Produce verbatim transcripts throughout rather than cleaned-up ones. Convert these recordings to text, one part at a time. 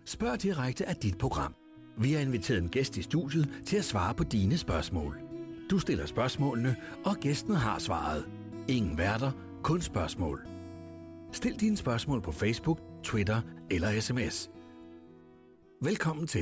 Spørg direkte af dit program. Vi har inviteret en gæst i studiet til at svare på dine spørgsmål. Du stiller spørgsmålene, og gæsten har svaret. Ingen værter, kun spørgsmål. Stil dine spørgsmål på Facebook, Twitter eller sms. Velkommen til.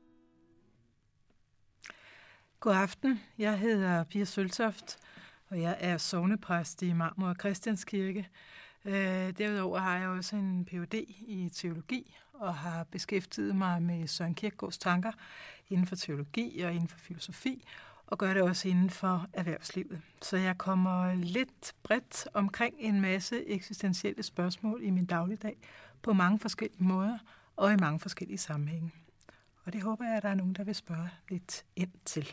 God aften. Jeg hedder Pia Søltoft, og jeg er sognepræst i Marmor Christianskirke. Derudover har jeg også en P H D i teologi og har beskæftiget mig med Søren Kierkegaards tanker inden for teologi og inden for filosofi, og gør det også inden for erhvervslivet. Så jeg kommer lidt bredt omkring en masse eksistentielle spørgsmål i min dagligdag på mange forskellige måder og i mange forskellige sammenhænge. Og det håber jeg, at der er nogen, der vil spørge lidt ind til.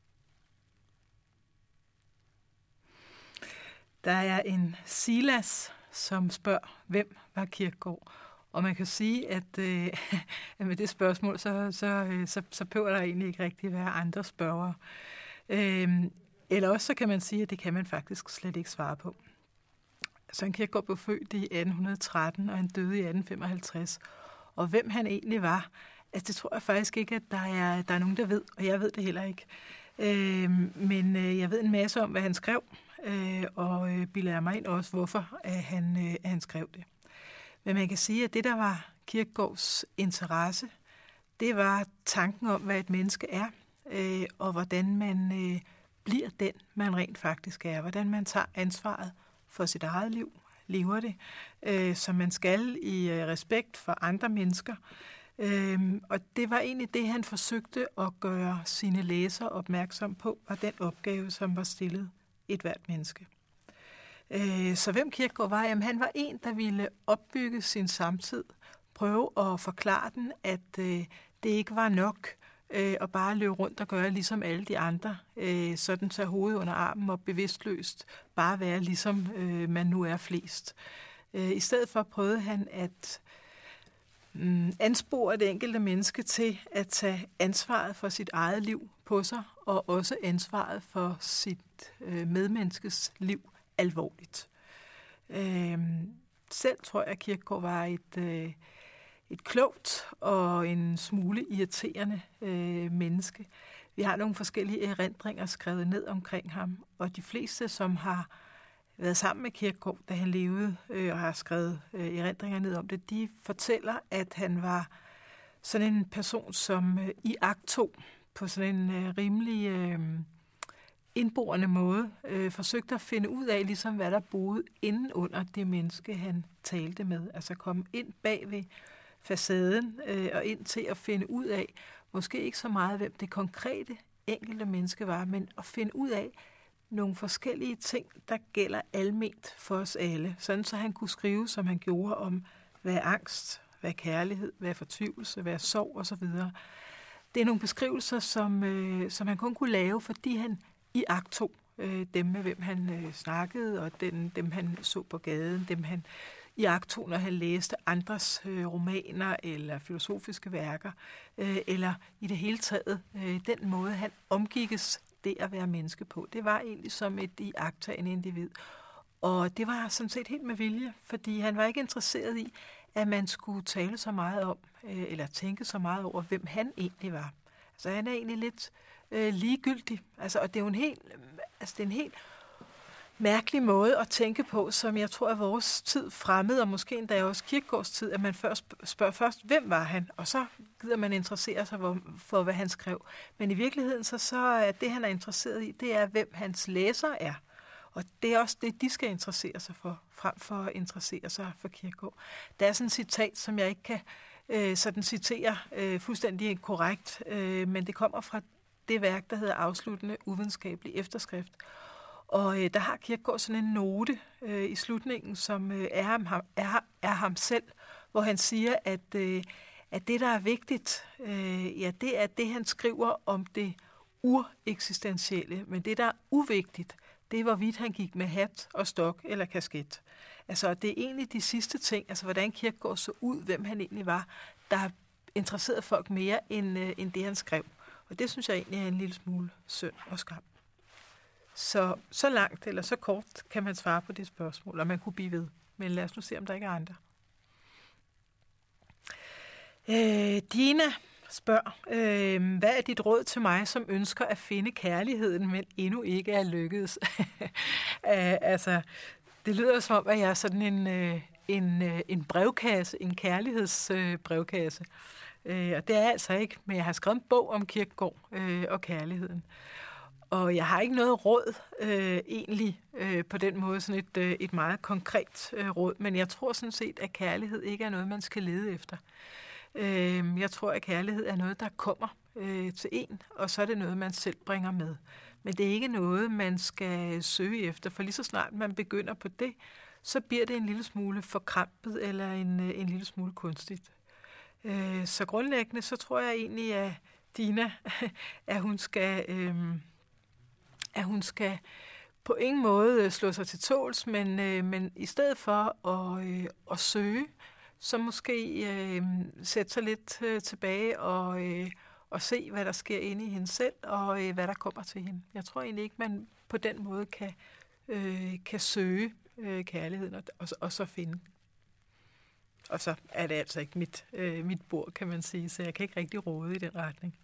Der er en Silas, som spørger, hvem var Kierkegaard? Og man kan sige, at øh, med det spørgsmål, så, så, så, så behøver der egentlig ikke rigtig være andre spørgere. Øh, eller også så kan man sige, at det kan man faktisk slet ikke svare på. Søren Kierkegaard blev født i atten tretten, og han døde i atten femoghalvtreds. Og hvem han egentlig var, altså det tror jeg faktisk ikke, at der er, der er nogen, der ved, og jeg ved det heller ikke. Øh, men øh, jeg ved en masse om, hvad han skrev, øh, og øh, bilder mig ind også, hvorfor at han, øh, at han skrev det. Men man kan sige, at det, der var Kierkegaards interesse, det var tanken om, hvad et menneske er, øh, og hvordan man øh, bliver den, man rent faktisk er. Hvordan man tager ansvaret for sit eget liv, lever det, øh, som man skal i øh, respekt for andre mennesker. Øhm, og det var egentlig det, han forsøgte at gøre sine læsere opmærksom på, og den opgave, som var stillet et hvert menneske. Øh, så hvem Kierkegaard var? Jamen, han var en, der ville opbygge sin samtid, prøve at forklare den, at øh, det ikke var nok øh, at bare løbe rundt og gøre ligesom alle de andre, øh, sådan tage hovedet under armen og bevidstløst bare være ligesom øh, man nu er flest. Øh, I stedet for prøvede han at anspore det enkelte menneske til at tage ansvaret for sit eget liv på sig, og også ansvaret for sit øh, medmenneskes liv alvorligt. Øh, selv tror jeg, at Kierkegaard var et, øh, et klogt og en smule irriterende øh, menneske. Vi har nogle forskellige erindringer skrevet ned omkring ham, og de fleste, som har været sammen med Kierkegaard, da han levede, øh, og har skrevet øh, erindringer ned om det, de fortæller, at han var sådan en person, som øh, i akt to, på sådan en øh, rimelig øh, indborende måde, øh, forsøgte at finde ud af, ligesom hvad der boede inden under det menneske, han talte med. Altså komme ind bag ved facaden øh, og ind til at finde ud af, måske ikke så meget, hvem det konkrete enkelte menneske var, men at finde ud af, nogle forskellige ting, der gælder alment for os alle. Sådan så han kunne skrive, som han gjorde, om hvad er angst, hvad er kærlighed, hvad er fortvivlelse, hvad er sorg osv. Det er nogle beskrivelser, som, øh, som han kun kunne lave, fordi han i akt to, øh, dem med hvem han øh, snakkede, og den, dem han så på gaden, dem han i akt to, når han læste andres øh, romaner eller filosofiske værker, øh, eller i det hele taget øh, den måde, han omgikkes det at være menneske på. Det var egentlig som et iagttagende individ. Og det var sådan set helt med vilje, fordi han var ikke interesseret i, at man skulle tale så meget om, øh, eller tænke så meget over, hvem han egentlig var. Altså han er egentlig lidt øh, ligegyldig. Altså, og det er jo en helt, altså, det er en helt mærkelig måde at tænke på, som jeg tror er vores tid fremmed, og måske endda også Kierkegaards tid, at man først spørger først, hvem var han, og så gider man interessere sig for, for hvad han skrev. Men i virkeligheden, så, så er det, han er interesseret i, det er, hvem hans læser er. Og det er også det, de skal interessere sig for, frem for at interessere sig for Kierkegaard. Der er sådan et citat, som jeg ikke kan øh, sådan citere øh, fuldstændig korrekt, øh, men det kommer fra det værk, der hedder Afsluttende uvidenskabelig efterskrift. Og øh, der har Kierkegaard sådan en note øh, i slutningen, som øh, er, ham, er, er ham selv, hvor han siger, at, øh, at det, der er vigtigt, øh, ja, det er det, han skriver om det ureksistentielle. Men det, der er uvigtigt, det er, hvorvidt han gik med hat og stok eller kasket. Altså, det er egentlig de sidste ting, altså hvordan Kierkegaard så ud, hvem han egentlig var, der har interesseret folk mere, end, øh, end det, han skrev. Og det synes jeg egentlig er en lille smule synd og skam. Så, så langt eller så kort kan man svare på det spørgsmål, og man kunne blive ved. Men lad os nu se, om der ikke er andre. Øh, Dina spørger, øh, hvad er dit råd til mig, som ønsker at finde kærligheden, men endnu ikke er lykkedes? øh, altså, det lyder som om, at jeg er sådan en, øh, en, øh, en brevkasse, en kærlighedsbrevkasse. Øh, øh, og det er jeg altså ikke, men jeg har skrevet en bog om Kierkegaard øh, og kærligheden. Og jeg har ikke noget råd øh, egentlig øh, på den måde, sådan et, øh, et meget konkret øh, råd, men jeg tror sådan set, at kærlighed ikke er noget, man skal lede efter. Øh, jeg tror, at kærlighed er noget, der kommer øh, til en, og så er det noget, man selv bringer med. Men det er ikke noget, man skal søge efter, for lige så snart man begynder på det, så bliver det en lille smule forkrampet eller en, en lille smule kunstigt. Øh, så grundlæggende, så tror jeg egentlig, at Dina, at hun skal... Øh, at hun skal på ingen måde slå sig til tåls, men, øh, men i stedet for at, øh, at søge, så måske øh, sætte sig lidt øh, tilbage og, øh, og se, hvad der sker inde i hende selv, og øh, hvad der kommer til hende. Jeg tror egentlig ikke, man på den måde kan, øh, kan søge øh, kærligheden og, og, og så finde. Og så er det altså ikke mit, øh, mit bord, kan man sige, så jeg kan ikke rigtig råde i den retning.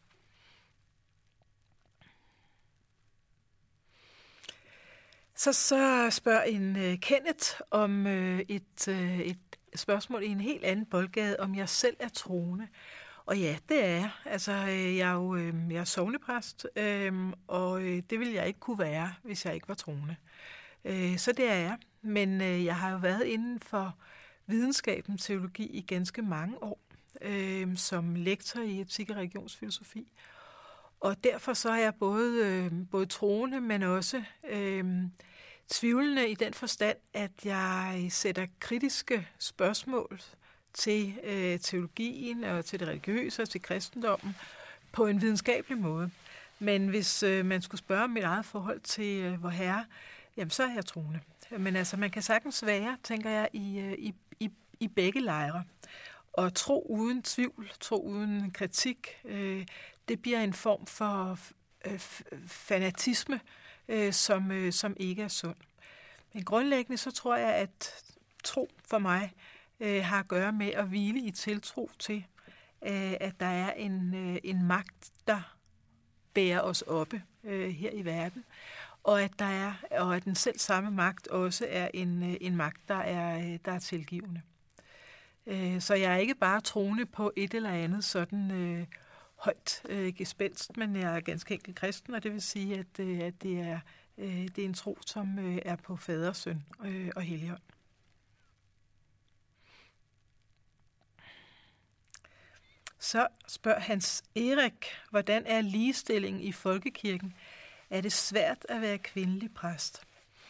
Så, så spørger en uh, Kenneth om uh, et, uh, et spørgsmål i en helt anden boldgade, om jeg selv er troende. Og ja, det er jeg. Altså, jeg er jo øh, jeg er sognepræst, øh, og øh, det ville jeg ikke kunne være, hvis jeg ikke var troende. Øh, så det er jeg. Men øh, jeg har jo været inden for videnskaben, teologi, i ganske mange år, øh, som lektor i etik og religionsfilosofi. Og derfor så er jeg både, øh, både troende, men også øh, tvivlende i den forstand, at jeg sætter kritiske spørgsmål til øh, teologien og til det religiøse og til kristendommen på en videnskabelig måde. Men hvis øh, man skulle spørge om mit eget forhold til øh, vor Herre, jamen så er jeg troende. Men altså, man kan sagtens være, tænker jeg, i, øh, i, i, i begge lejre. Og tro uden tvivl, tro uden kritik, øh, det bliver en form for øh, fanatisme, øh, som, øh, som ikke er sund. Men grundlæggende så tror jeg, at tro for mig øh, har at gøre med at hvile i tiltro til, øh, at der er en, øh, en magt, der bærer os oppe øh, her i verden, og at der er, og at den selv samme magt også er en, øh, en magt, der er, der er tilgivende. Øh, så jeg er ikke bare troende på et eller andet sådan øh, højt øh, gespenst, men jeg er ganske enkelt kristen, og det vil sige, at, øh, at det, er, øh, det er en tro, som øh, er på Fader, Søn øh, og Helligånd. Så spørger Hans Erik, hvordan er ligestillingen i folkekirken? Er det svært at være kvindelig præst?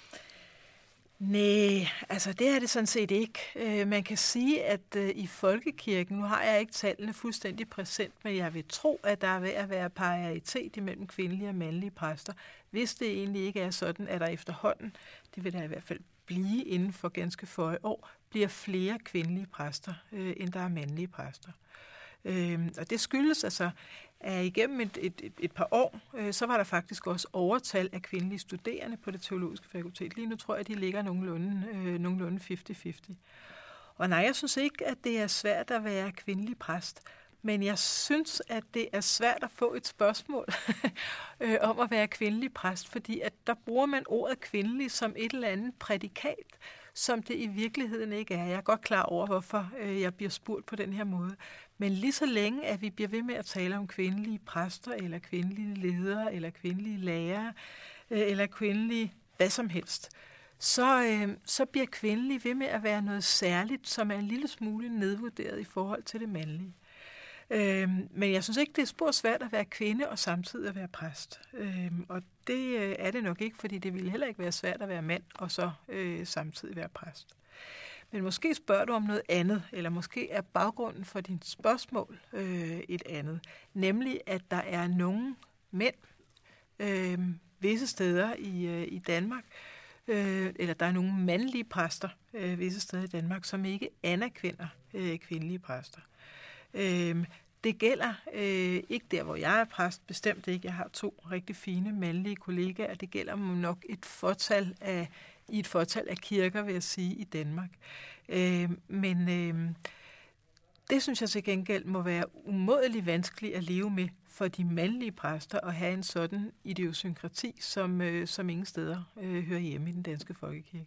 Nej, altså det er det sådan set ikke. Man kan sige, at i folkekirken, nu har jeg ikke tallene fuldstændig præsent, men jeg vil tro, at der er ved at være paritetet imellem kvindelige og mandlige præster, hvis det egentlig ikke er sådan, at der efterhånden, det vil der i hvert fald blive inden for ganske få år, bliver flere kvindelige præster, end der er mandlige præster. Øhm, og det skyldes altså, at igennem et, et, et par år, øh, så var der faktisk også overtal af kvindelige studerende på det teologiske fakultet. Lige nu tror jeg, at de ligger nogenlunde, øh, nogenlunde halvtreds halvtreds. Og nej, jeg synes ikke, at det er svært at være kvindelig præst, men jeg synes, at det er svært at få et spørgsmål øh, om at være kvindelig præst, fordi at der bruger man ordet kvindelig som et eller andet prædikat, som det i virkeligheden ikke er. Jeg er godt klar over, hvorfor øh, jeg bliver spurgt på den her måde. Men lige så længe, at vi bliver ved med at tale om kvindelige præster, eller kvindelige ledere, eller kvindelige lærere, øh, eller kvindelige hvad som helst, så, øh, så bliver kvindelige ved med at være noget særligt, som er en lille smule nedvurderet i forhold til det mandlige. Øh, men jeg synes ikke, det er spor svært at være kvinde og samtidig at være præst. Øh, og det øh, er det nok ikke, fordi det ville heller ikke være svært at være mand og så øh, samtidig være præst. Men måske spørger du om noget andet, eller måske er baggrunden for dit spørgsmål øh, et andet. Nemlig, at der er nogle mænd øh, visse steder i, øh, i Danmark, øh, eller der er nogle mandlige præster øh, visse steder i Danmark, som ikke anerkender øh, kvindelige præster. Øh, det gælder øh, ikke der, hvor jeg er præst, bestemt ikke. Jeg har to rigtig fine mandlige kollegaer, det gælder nok et fortal af i et fortal af kirker, vil jeg sige, i Danmark. Øh, men øh, det synes jeg til gengæld må være umådeligt vanskeligt at leve med for de mandlige præster at have en sådan idiosynkrati, som, øh, som ingen steder øh, hører hjemme i den danske folkekirke.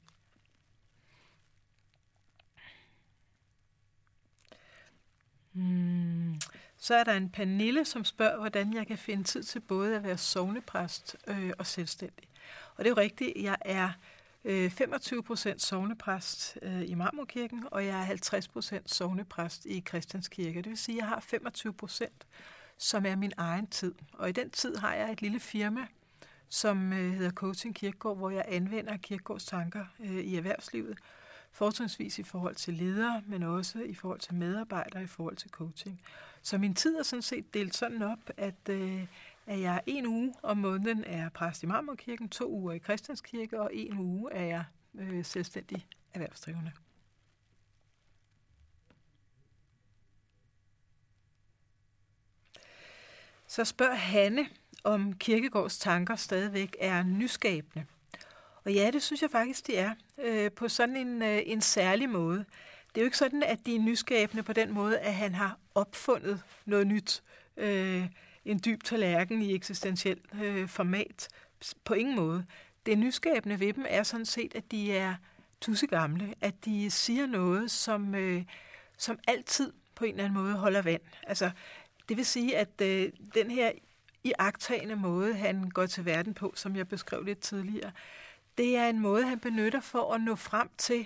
Hmm. Så er der en Pernille, som spørger, hvordan jeg kan finde tid til både at være sognepræst øh, og selvstændig. Og det er jo rigtigt, jeg er øh, femogtyve procent sognepræst øh, i Marmorkirken, og jeg er halvtreds procent sognepræst i Christianskirke. Det vil sige, at jeg har femogtyve procent, som er min egen tid. Og i den tid har jeg et lille firma, som øh, hedder Coaching Kirkegård, hvor jeg anvender Kirkegårds tanker øh, i erhvervslivet. Fortrinsvis i forhold til ledere, men også i forhold til medarbejdere, i forhold til coaching. Så min tid er sådan set delt sådan op, at, øh, at jeg en uge om måneden er præst i Marmorkirken, to uger i Christianskirke, og en uge er jeg øh, selvstændig erhvervsdrivende. Så spørger Hanne, om Kierkegaards tanker stadigvæk er nyskabende. Og ja, det synes jeg faktisk, de er, øh, på sådan en, øh, en særlig måde. Det er jo ikke sådan, at de er nyskabende på den måde, at han har opfundet noget nyt. Øh, en dyb tallerken i eksistentiel øh, format. På ingen måde. Det nyskabende ved dem er sådan set, at de er tussegamle. At de siger noget, som, øh, som altid på en eller anden måde holder vand. Altså, det vil sige, at øh, den her iagttagende måde, han går til verden på, som jeg beskrev lidt tidligere, det er en måde, han benytter for at nå frem til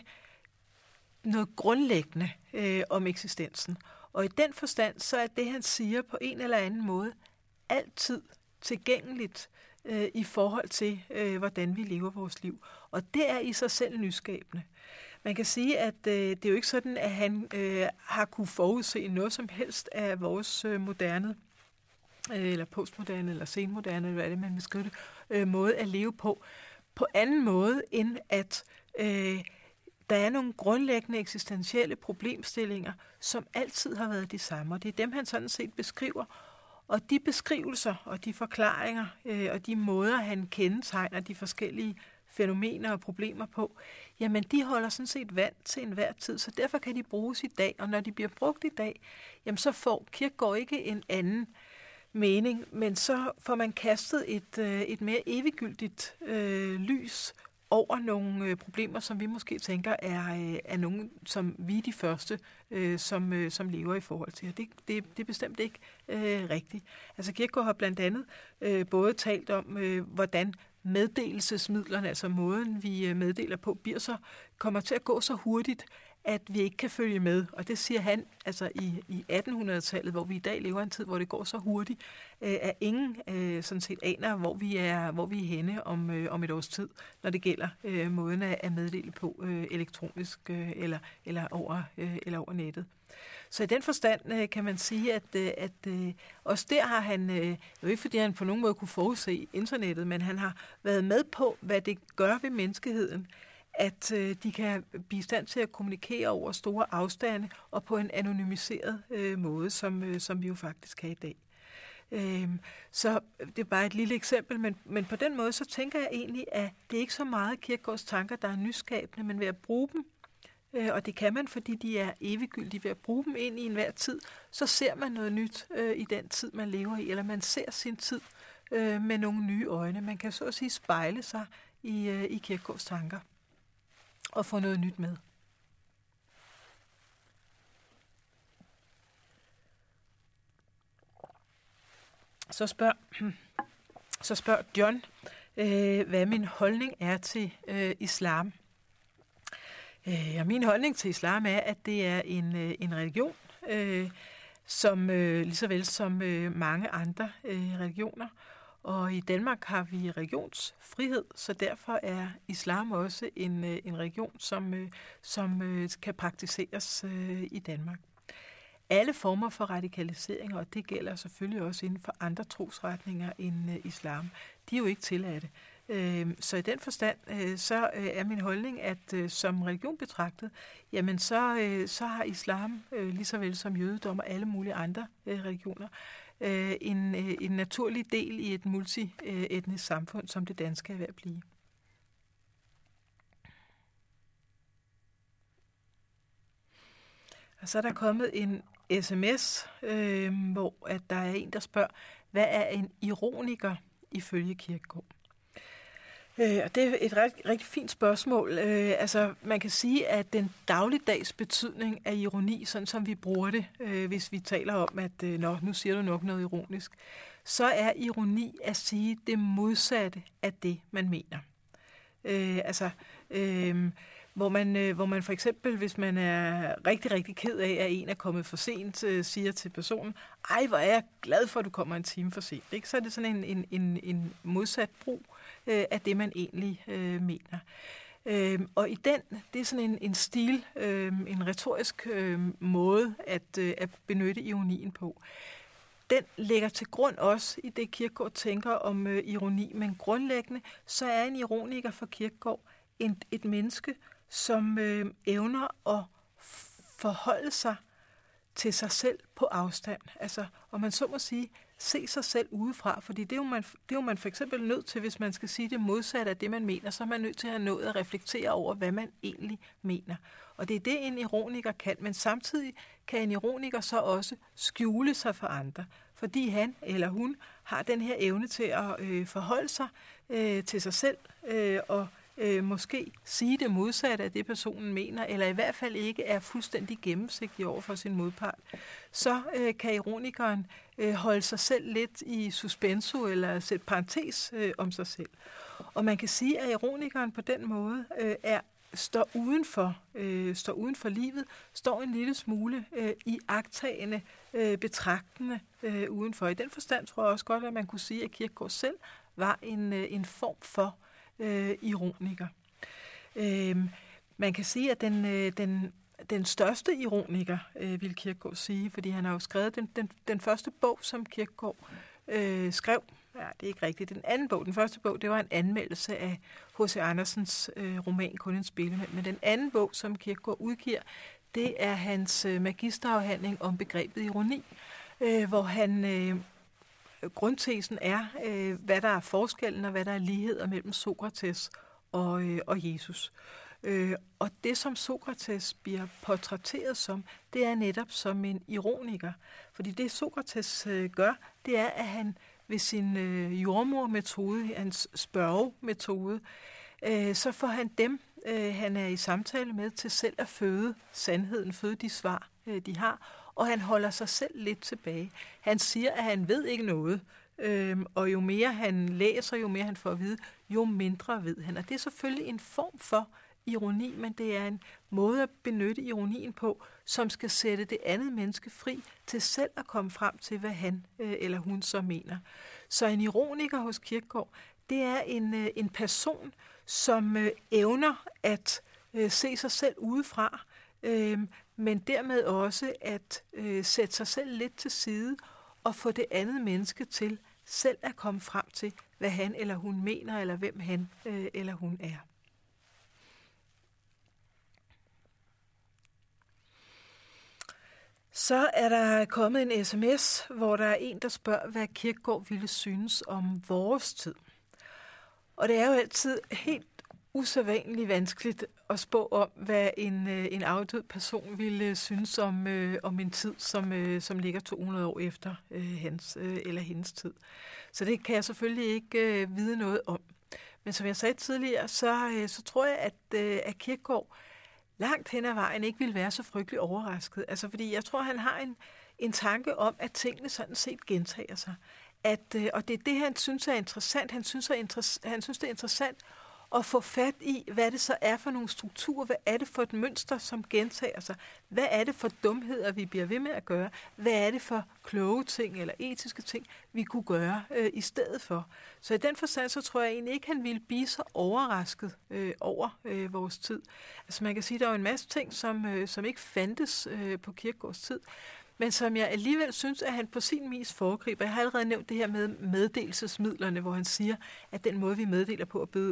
noget grundlæggende øh, om eksistensen. Og i den forstand, så er det, han siger på en eller anden måde, altid tilgængeligt øh, i forhold til, øh, hvordan vi lever vores liv. Og det er i sig selv nyskabende. Man kan sige, at øh, det er jo ikke sådan, at han øh, har kunne forudse noget som helst af vores øh, moderne, øh, eller postmoderne, eller senmoderne, eller hvad er det, man vil skrive det, øh, måde at leve på. På anden måde, end at øh, der er nogle grundlæggende eksistentielle problemstillinger, som altid har været de samme. Og det er dem, han sådan set beskriver. Og de beskrivelser og de forklaringer øh, og de måder, han kendetegner de forskellige fænomener og problemer på, jamen de holder sådan set vand til enhver tid, så derfor kan de bruges i dag. Og når de bliver brugt i dag, jamen så får Kierkegaard ikke en anden mening, men så får man kastet et, øh, et mere eviggyldigt øh, lys over nogle øh, problemer, som vi måske tænker er, øh, er nogle, som vi er de første, øh, som, øh, som lever i forhold til. Det, det, det er bestemt ikke øh, rigtigt. Altså Kierkegaard har blandt andet øh, både talt om, øh, hvordan meddelelsesmidlerne, altså måden vi meddeler på, bliver så, kommer til at gå så hurtigt, at vi ikke kan følge med. Og det siger han altså i, i attenhundredetallet, hvor vi i dag lever en tid, hvor det går så hurtigt, øh, at ingen øh, sådan set aner, hvor vi er, hvor vi er henne om, øh, om et års tid, når det gælder øh, måden at meddele på øh, elektronisk øh, eller, eller, over, øh, eller over nettet. Så i den forstand øh, kan man sige, at, øh, at øh, også der har han, øh, jo ikke fordi han på nogen måde kunne forudse internettet, men han har været med på, hvad det gør ved menneskeheden, at øh, de kan blive i stand til at kommunikere over store afstande og på en anonymiseret øh, måde, som, øh, som vi jo faktisk kan i dag. Øh, så det er bare et lille eksempel, men, men på den måde, så tænker jeg egentlig, at det er ikke så meget Kierkegaards tanker, der er nyskabende, men ved at bruge dem, øh, og det kan man, fordi de er eviggyldige, ved at bruge dem ind i enhver tid, så ser man noget nyt øh, i den tid, man lever i, eller man ser sin tid øh, med nogle nye øjne. Man kan så at sige spejle sig i, øh, i Kierkegaards tanker og få noget nyt med. Så spørger, så spørger John, øh, hvad min holdning er til øh, islam. Øh, og min holdning til islam er, at det er en, øh, en religion, øh, som øh, lige så vel som øh, mange andre øh, religioner. Og i Danmark har vi religionsfrihed, så derfor er islam også en, en religion, som, som kan praktiseres i Danmark. Alle former for radikalisering, og det gælder selvfølgelig også inden for andre trosretninger end islam, de er jo ikke tilladte. Så i den forstand, så er min holdning, at som religion betragtet, jamen så, så har islam, lige så vel som jødedom og alle mulige andre religioner, En, en naturlig del i et multietnisk samfund, som det danske er ved at blive. Og så er der kommet en, sms, øh, hvor at der er en, der spørger, hvad er en ironiker ifølge Kierkegaard? Øh, og det er et rigtig, rigtig fint spørgsmål. Øh, altså, man kan sige, at den dagligdags betydning af ironi, sådan som vi bruger det, øh, hvis vi taler om, at øh, nå, nu siger du nok noget ironisk, så er ironi at sige det modsatte af det, man mener. Øh, altså, øh, hvor man, øh, hvor man for eksempel, hvis man er rigtig, rigtig ked af, at en er kommet for sent, øh, siger til personen, ej, hvor er jeg glad for, at du kommer en time for sent. Ikke? Så er det sådan en, en, en, en modsat brug øh, af det, man egentlig øh, mener. Øh, og i den, det er sådan en, en stil, øh, en retorisk øh, måde at, øh, at benytte ironien på. Den lægger til grund også i det, Kierkegaard tænker om øh, ironi, men grundlæggende, så er en ironiker for Kierkegaard en, et menneske, som øh, evner at forholde sig til sig selv på afstand. Altså, og man så må sige, se sig selv udefra, fordi det er, jo man, det er jo man for eksempel nødt til, hvis man skal sige det modsatte af det, man mener, så er man nødt til at have nået at reflektere over, hvad man egentlig mener. Og det er det, en ironiker kan, men samtidig kan en ironiker så også skjule sig for andre, fordi han eller hun har den her evne til at øh, forholde sig øh, til sig selv øh, og Øh, måske sige det modsatte af det, personen mener, eller i hvert fald ikke er fuldstændig gennemsigtig over for sin modpart, så øh, kan ironikeren øh, holde sig selv lidt i suspenso, eller sætte parentes øh, om sig selv. Og man kan sige, at ironikeren på den måde øh, er står udenfor, øh, står uden for livet, står en lille smule øh, i agtagende, øh, betragtende øh, udenfor. I den forstand tror jeg også godt, at man kunne sige, at Kierkegaard selv var en, øh, en form for Øh, ironiker. Øh, man kan sige, at den, øh, den, den største ironiker, øh, vil Kierkegaard sige, fordi han har jo skrevet den, den, den første bog, som Kierkegaard øh, skrev. Ja, det er ikke rigtigt. Den anden bog, den første bog, det var en anmeldelse af H C Andersens øh, roman Kun en spillemand. Men den anden bog, som Kierkegaard udgiver, det er hans øh, magisterafhandling om begrebet ironi, øh, hvor han... Øh, Grundtesen er, øh, hvad der er forskellen og hvad der er ligheder mellem Sokrates og, øh, og Jesus. Øh, og det, som Sokrates bliver portrætteret som, det er netop som en ironiker. Fordi det, Sokrates øh, gør, det er, at han ved sin øh, jordmormetode, hans spørgemetode, øh, så får han dem, øh, han er i samtale med, til selv at føde sandheden, føde de svar, øh, de har, og han holder sig selv lidt tilbage. Han siger, at han ved ikke noget, øhm, og jo mere han læser, jo mere han får at vide, jo mindre ved han. Og det er selvfølgelig en form for ironi, men det er en måde at benytte ironien på, som skal sætte det andet menneske fri til selv at komme frem til, hvad han øh, eller hun så mener. Så en ironiker hos Kierkegaard, det er en, øh, en person, som øh, evner at øh, se sig selv udefra, øh, men dermed også at øh, sætte sig selv lidt til side og få det andet menneske til selv at komme frem til, hvad han eller hun mener, eller hvem han øh, eller hun er. Så er der kommet en sms, hvor der er en, der spørger, hvad Kierkegaard ville synes om vores tid. Og det er jo altid helt usædvanligt vanskeligt at spå om, hvad en, en afdød person ville synes om, øh, om en tid, som, øh, som ligger to hundrede år efter øh, hans øh, eller hendes tid. Så det kan jeg selvfølgelig ikke øh, vide noget om. Men som jeg sagde tidligere, så, øh, så tror jeg, at, øh, at Kierkegaard langt hen ad vejen ikke ville være så frygtelig overrasket. Altså, fordi jeg tror, han har en, en tanke om, at tingene sådan set gentager sig. At, øh, og det er det, han synes er interessant. Han synes, er inter- han synes det er interessant at få fat i, hvad det så er for nogle strukturer, hvad er det for et mønster, som gentager sig, hvad er det for dumheder, vi bliver ved med at gøre, hvad er det for kloge ting eller etiske ting, vi kunne gøre øh, i stedet for. Så i den forstand, så tror jeg egentlig ikke, han ville blive så overrasket øh, over øh, vores tid. Altså man kan sige, der er jo en masse ting, som, øh, som ikke fandtes øh, på Kierkegaards tid, men som jeg alligevel synes, at han på sin vis foregriber. Jeg har allerede nævnt det her med meddelelsesmidlerne, hvor han siger, at den måde, vi meddeler på, er blevet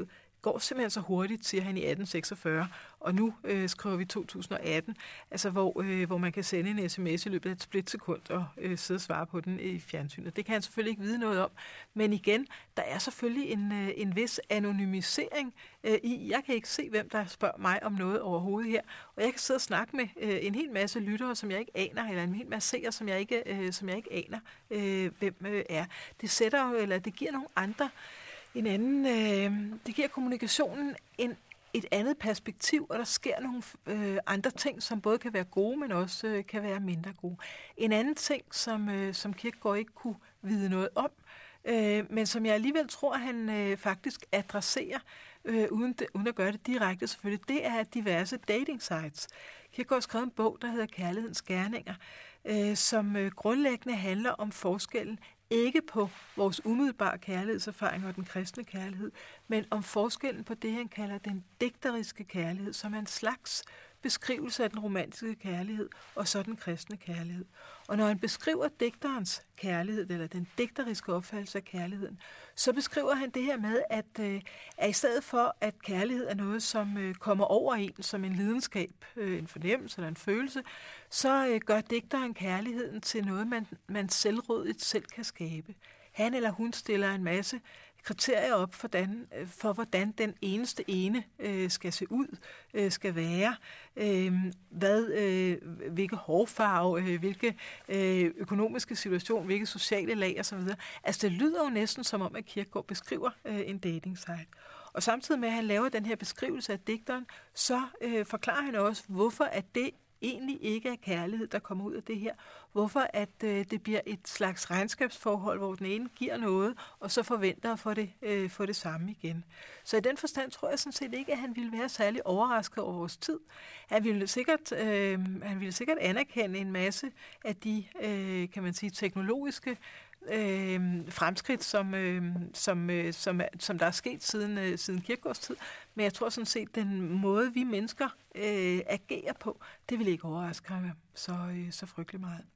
går simpelthen så hurtigt, siger han i atten seksogfyrre, og nu øh, skriver vi to tusind og atten, altså hvor, øh, hvor man kan sende en sms i løbet af et splitsekund og øh, sidde og svare på den i fjernsynet. Det kan han selvfølgelig ikke vide noget om, men igen, der er selvfølgelig en, øh, en vis anonymisering øh, i. Jeg kan ikke se, hvem der spørger mig om noget overhovedet her, og jeg kan sidde og snakke med øh, en hel masse lyttere, som jeg ikke aner, eller en hel masse seere, som jeg ikke, øh, som jeg ikke aner, øh, hvem øh, er. Det sætter jo, eller det giver nogle andre en anden, øh, det giver kommunikationen en, et andet perspektiv, og der sker nogle øh, andre ting, som både kan være gode, men også øh, kan være mindre gode. En anden ting, som, øh, som Kierkegaard ikke kunne vide noget om, øh, men som jeg alligevel tror, han øh, faktisk adresserer, øh, uden, det, uden at gøre det direkte selvfølgelig, det er diverse dating sites. Kierkegaard har skrevet en bog, der hedder Kærlighedens Gerninger, øh, som øh, grundlæggende handler om forskellen ikke på vores umiddelbare kærlighedserfaring og den kristne kærlighed, men om forskellen på det, han kalder den digteriske kærlighed, som er en slags beskrivelse af den romantiske kærlighed og så den kristne kærlighed. Og når han beskriver digterens kærlighed, eller den digteriske opfattelse af kærligheden, så beskriver han det her med, at, øh, at i stedet for, at kærlighed er noget, som øh, kommer over en som en lidenskab, øh, en fornemmelse eller en følelse, så øh, gør digteren kærligheden til noget, man, man selvrådigt selv kan skabe. Han eller hun stiller en masse kriterier op for, den, for hvordan den eneste ene øh, skal se ud, øh, skal være, øh, hvad, øh, hvilke hårfarve, øh, hvilke øh, økonomiske situation, hvilke sociale lag osv. Altså det lyder jo næsten som om, at Kierkegaard beskriver øh, en dating site. Og samtidig med, at han laver den her beskrivelse af digteren, så øh, forklarer han også, hvorfor at det egentlig ikke er kærlighed, der kommer ud af det her. Hvorfor at øh, det bliver et slags regnskabsforhold, hvor den ene giver noget, og så forventer at få det, øh, få det samme igen. Så i den forstand tror jeg sådan set ikke, at han ville være særlig overrasket over vores tid. Han ville sikkert, øh, han ville sikkert anerkende en masse af de, øh, kan man sige, teknologiske Øh, fremskridt, som, øh, som, øh, som, som der er sket siden, øh, siden Kierkegaards tid. Men jeg tror sådan set, den måde, vi mennesker øh, agerer på, det vil ikke overraske ham så, øh, så frygtelig meget.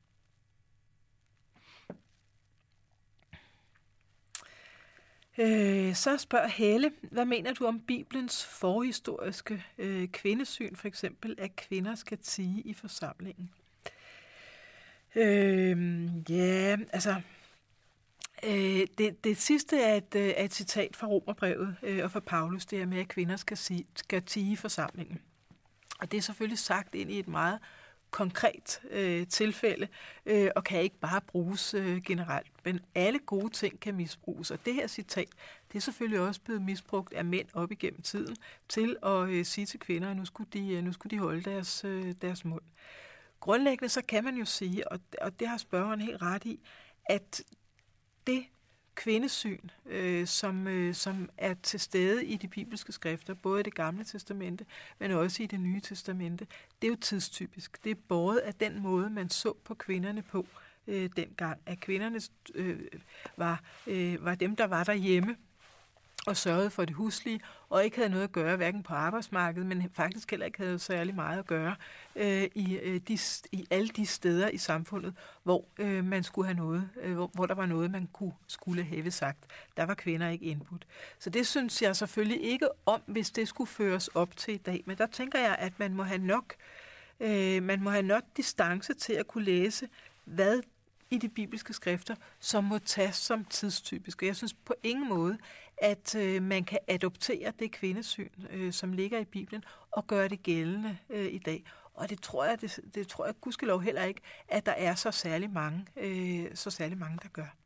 Øh, så spørger Helle, hvad mener du om Bibelens forhistoriske øh, kvindesyn, for eksempel, at kvinder skal tie i forsamlingen? Øh, ja, altså... Øh, det, det sidste er et, er et citat fra Romerbrevet øh, og fra Paulus, det er med, at kvinder skal, sige, skal tie i forsamlingen. Og det er selvfølgelig sagt ind i et meget konkret øh, tilfælde, øh, og kan ikke bare bruges øh, generelt. Men alle gode ting kan misbruges, og det her citat, det er selvfølgelig også blevet misbrugt af mænd op igennem tiden, til at øh, sige til kvinder, at nu skulle de, nu skulle de holde deres, øh, deres mund. Grundlæggende så kan man jo sige, og, og det har spørgeren helt ret i, at det kvindesyn, øh, som, øh, som er til stede i de bibelske skrifter, både i det gamle testamente, men også i det nye testamente, det er jo tidstypisk. Det er båret af den måde, man så på kvinderne på øh, dengang. At kvinderne øh, var, øh, var dem, der var derhjemme og sørgede for det huslige, og ikke havde noget at gøre, hverken på arbejdsmarkedet, men faktisk heller ikke havde særlig meget at gøre øh, i, øh, de, i alle de steder i samfundet, hvor øh, man skulle have noget, øh, hvor, hvor der var noget, man kunne, skulle have sagt. Der var kvinder ikke indbudt. Så det synes jeg selvfølgelig ikke om, hvis det skulle føres op til i dag. Men der tænker jeg, at man må have nok, øh, man må have nok distance til at kunne læse, hvad i de bibelske skrifter, som må tages som tidstypisk. Og jeg synes på ingen måde, at øh, man kan adoptere det kvindesyn, øh, som ligger i Bibelen, og gøre det gældende øh, i dag. Og det tror jeg, det, det tror jeg gudskelov heller ikke, at der er så særlig mange, øh, så særlig mange, der gør.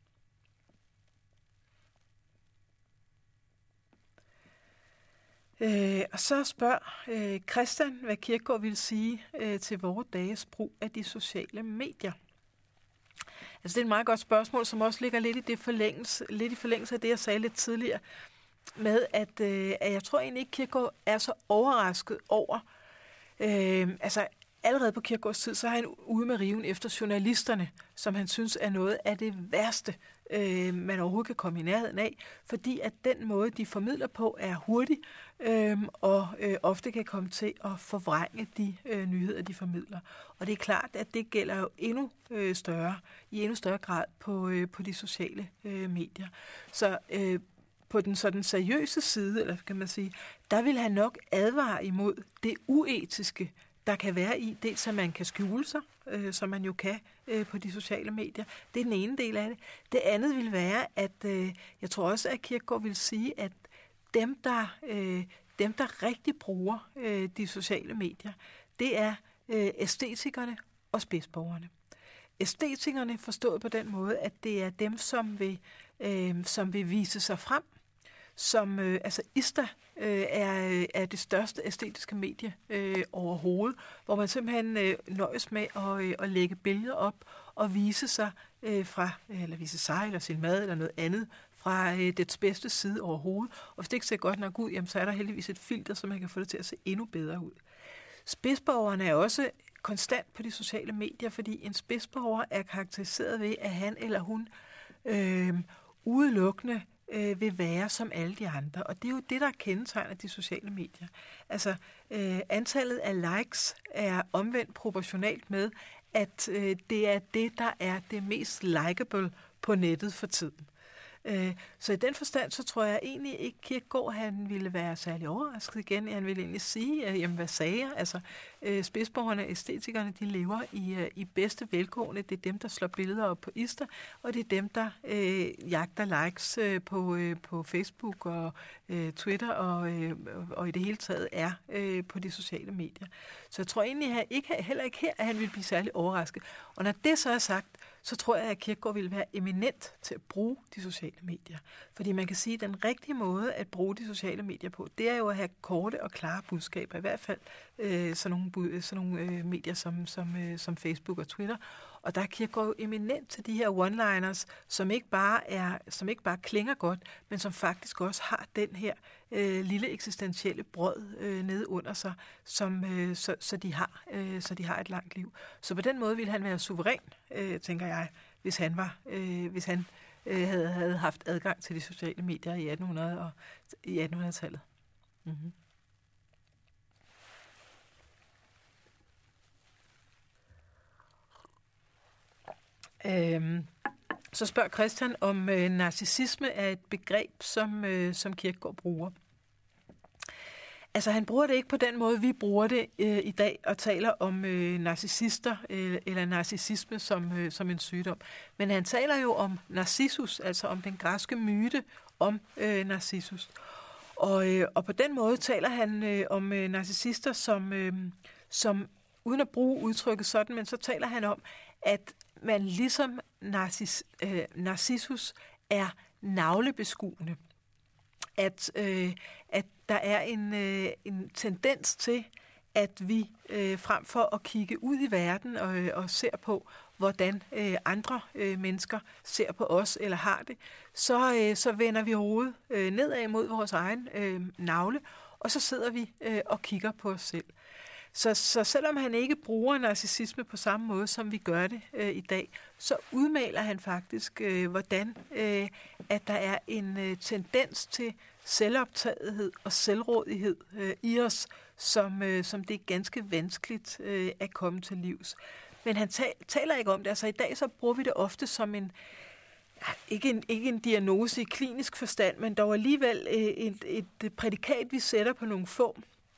Øh, og så spørger øh, Christian, hvad Kierkegaard vil sige øh, til vores dages brug af de sociale medier. Altså det er et meget godt spørgsmål, som også ligger lidt i, det forlængelse, lidt i forlængelse af det, jeg sagde lidt tidligere, med at, øh, at jeg tror egentlig ikke, Kierkegaard er så overrasket over, øh, altså allerede på Kierkegaards tid, så er han ude med riven efter journalisterne, som han synes er noget af det værste, øh, man overhovedet kan komme i nærheden af, fordi at den måde, de formidler på, er hurtig, øh, og øh, ofte kan komme til at forvrænge de øh, nyheder, de formidler. Og det er klart, at det gælder jo endnu øh, større, i endnu større grad på, øh, på de sociale øh, medier. Så øh, på den sådan seriøse side, eller kan man sige, der vil han nok advare imod det uetiske, der kan være i, dels så man kan skjule sig, øh, som man jo kan øh, på de sociale medier. Det er den ene del af det. Det andet vil være, at øh, jeg tror også, at Kierkegaard vil sige, at dem, der, øh, dem, der rigtig bruger øh, de sociale medier, det er øh, æstetikerne og spidsborgerne. Æstetikerne forstået på den måde, at det er dem, som vil, øh, som vil vise sig frem, som, øh, altså Insta øh, er, er det største æstetiske medie øh, overhovedet, hvor man simpelthen øh, nøjes med at, øh, at lægge billeder op og vise sig øh, fra, eller vise sig eller sin mad eller noget andet fra øh, dets bedste side overhovedet. Og hvis det ikke ser godt nok ud, jamen, så er der heldigvis et filter, så man kan få det til at se endnu bedre ud. Spidsborgerne er også konstant på de sociale medier, fordi en spidsborger er karakteriseret ved, at han eller hun øh, udelukkende øh, vil være som alle de andre. Og det er jo det, der kendetegner de sociale medier. Altså, øh, antallet af likes er omvendt proportionalt med, at øh, det er det, der er det mest likeable på nettet for tiden. Så i den forstand, så tror jeg egentlig ikke, Kierkegaard, han ville være særlig overrasket igen. Han ville egentlig sige, at, jamen, hvad sagde jeg? Altså, spidsborgerne og æstetikerne, de lever i, i bedste velgående. Det er dem, der slår billeder op på Insta, og det er dem, der øh, jagter likes øh, på, øh, på Facebook og øh, Twitter og, øh, og i det hele taget er øh, på de sociale medier. Så jeg tror egentlig at ikke, heller ikke her, at han ville blive særlig overrasket. Og når det så er sagt, så tror jeg, at Kierkegaard ville være eminent til at bruge de sociale medier. Fordi man kan sige, at den rigtige måde at bruge de sociale medier på, det er jo at have korte og klare budskaber. I hvert fald øh, sådan nogle, sådan nogle øh, medier som, som, øh, som Facebook og Twitter. Og der er Kierkegaard jo eminent til de her one-liners, som ikke bare er, som ikke bare klinger godt, men som faktisk også har den her øh, lille eksistentielle brød øh, nede under sig, som, øh, så, så, de har, øh, så de har et langt liv. Så på den måde ville han være suveræn, øh, tænker jeg, hvis han var, øh, hvis han øh, havde, havde haft adgang til de sociale medier i attenhundrede og i attenhundredetallet. Mm-hmm. Øhm, så spørger Christian, om øh, narcissisme er et begreb, som, øh, som Kierkegaard bruger. Altså, han bruger det ikke på den måde, vi bruger det øh, i dag, og taler om øh, narcissister øh, eller narcissisme som, øh, som en sygdom. Men han taler jo om Narcissus, altså om den græske myte om øh, Narcissus. Og, øh, og på den måde taler han øh, om øh, narcissister, som, øh, som, uden at bruge udtrykket sådan, men så taler han om, at man ligesom Narcis, øh, Narcissus er navlebeskuende. At, øh, at der er en, øh, en tendens til, at vi øh, frem for at kigge ud i verden og, og ser på, hvordan øh, andre øh, mennesker ser på os eller har det, så, øh, så vender vi hovedet øh, nedad mod vores egen øh, navle, og så sidder vi øh, og kigger på os selv. Så, så selvom han ikke bruger narcissisme på samme måde, som vi gør det øh, i dag, så udmaler han faktisk, øh, hvordan øh, at der er en øh, tendens til selvoptagethed og selvrådighed øh, i os, som, øh, som det er ganske vanskeligt øh, at komme til livs. Men han tal, taler ikke om det. Altså i dag så bruger vi det ofte som en, ja, ikke en, ikke en diagnose i klinisk forstand, men dog alligevel øh, et, et prædikat, vi sætter på nogle få.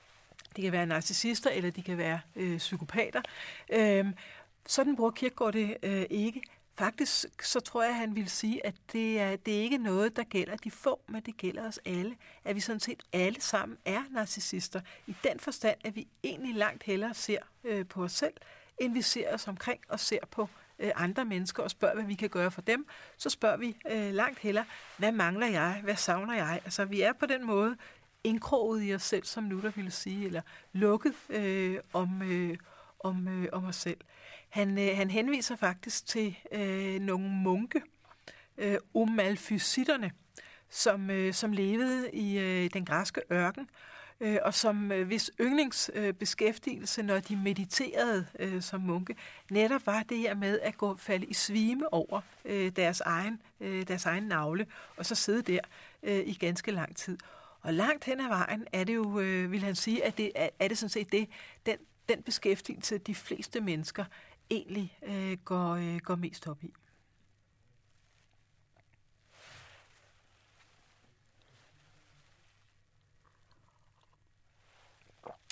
De kan være narcissister, eller de kan være øh, psykopater. Øhm, sådan bruger Kierkegaard det øh, ikke. Faktisk så tror jeg, at han vil sige, at det er, det er ikke noget, der gælder de få, men det gælder os alle. At vi sådan set alle sammen er narcissister. I den forstand, at vi egentlig langt hellere ser øh, på os selv, end vi ser os omkring og ser på øh, andre mennesker og spørger, hvad vi kan gøre for dem. Så spørger vi øh, langt hellere, hvad mangler jeg? Hvad savner jeg? Altså vi er på den måde indkroget i os selv, som Luther ville sige, eller lukket øh, om, øh, om, øh, om os selv. Han, øh, han henviser faktisk til øh, nogle munke, øh, Amalfysitterne, som, øh, som levede i øh, den græske ørken, øh, og som øh, hvis yndlingsbeskæftigelse, øh, når de mediterede øh, som munke, netop var det her med at gå falde i svime over øh, deres, egen, øh, deres egen navle, og så sidde der øh, i ganske lang tid. Og langt hen ad vejen er det jo, øh, vil han sige, at det er, er det sådan set det, den, den beskæftigelse, de fleste mennesker egentlig øh, går, øh, går mest op i.